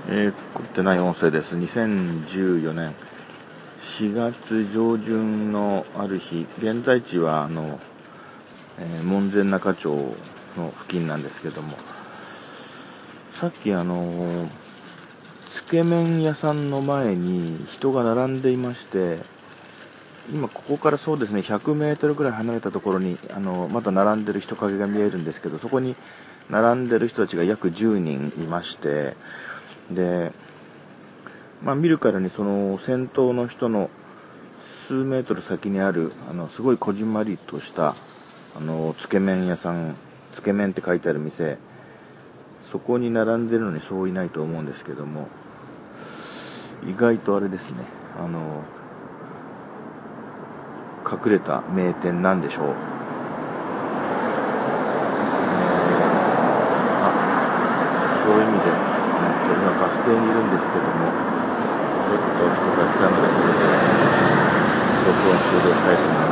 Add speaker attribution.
Speaker 1: 凝ってない音声です。2014年4月上旬のある日、現在地は門前仲町の付近なんですけども、さっきつけ麺屋さんの前に人が並んでいまして、今ここからそうですね、100メートルぐらい離れたところにまだ並んでる人影が見えるんですけど、そこに並んでる人たちが約10人いまして、で、見るからにその先頭の人の数メートル先にあるすごいこじんまりとしたつけ麺屋さん、つけ麺って書いてある店、そこに並んでるのにそういないと思うんですけども、意外とあれですね、隠れた名店なんでしょう。そういう意味で、今バス停にいるんですけども、ちょっと人が来たので、これで録音終了したいと思います。